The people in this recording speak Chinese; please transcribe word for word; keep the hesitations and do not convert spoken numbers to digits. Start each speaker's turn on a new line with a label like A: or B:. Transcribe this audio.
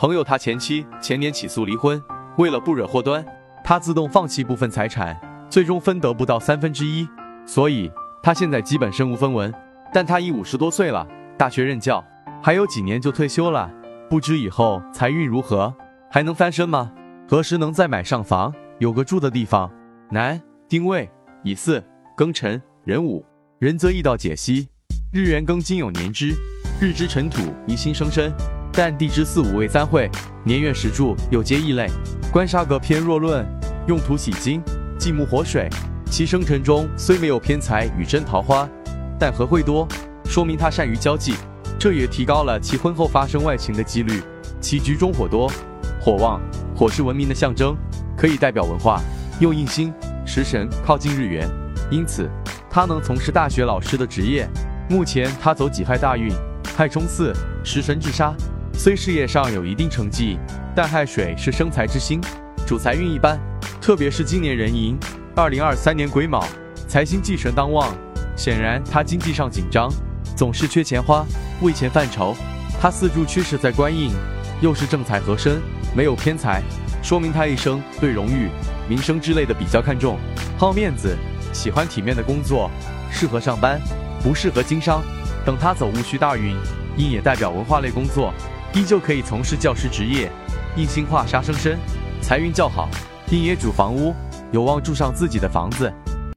A: 朋友他前妻前年起诉离婚，为了不惹祸端，他自动放弃部分财产，最终分得不到三分之一，所以他现在基本身无分文。但他已五十多岁了，大学任教，还有几年就退休了，不知以后财运如何，还能翻身吗？何时能再买上房，有个住的地方？男，丁未、乙巳、庚辰、壬午。人则易道解析，日元庚金有年支，日支辰土宜心生身，但地支四五未三会，年月时柱有皆异类。官杀格偏弱论，用土喜金，忌木火水，其生辰中虽没有偏财与真桃花，但合会多，说明他善于交际，这也提高了其婚后发生外情的几率。其局中火多，火旺，火是文明的象征，可以代表文化，又印星、食神靠近日元，因此他能从事大学老师的职业。目前他走己亥大运，亥冲巳，食神制杀，虽事业上有一定成绩，但亥水是生财之星，主财运一般，特别是今年壬寅，二零二三年癸卯，财星忌神当旺，显然他经济上紧张，总是缺钱花，为钱犯愁。他四柱趋势在官印，又是正财合身，没有偏财，说明他一生对荣誉、名声之类的比较看重，好面子，喜欢体面的工作，适合上班，不适合经商。等他走戊戌大运，印也代表文化类工作，依旧可以从事教师职业。印星化杀生身，财运较好。印也主房屋，有望住上自己的房子。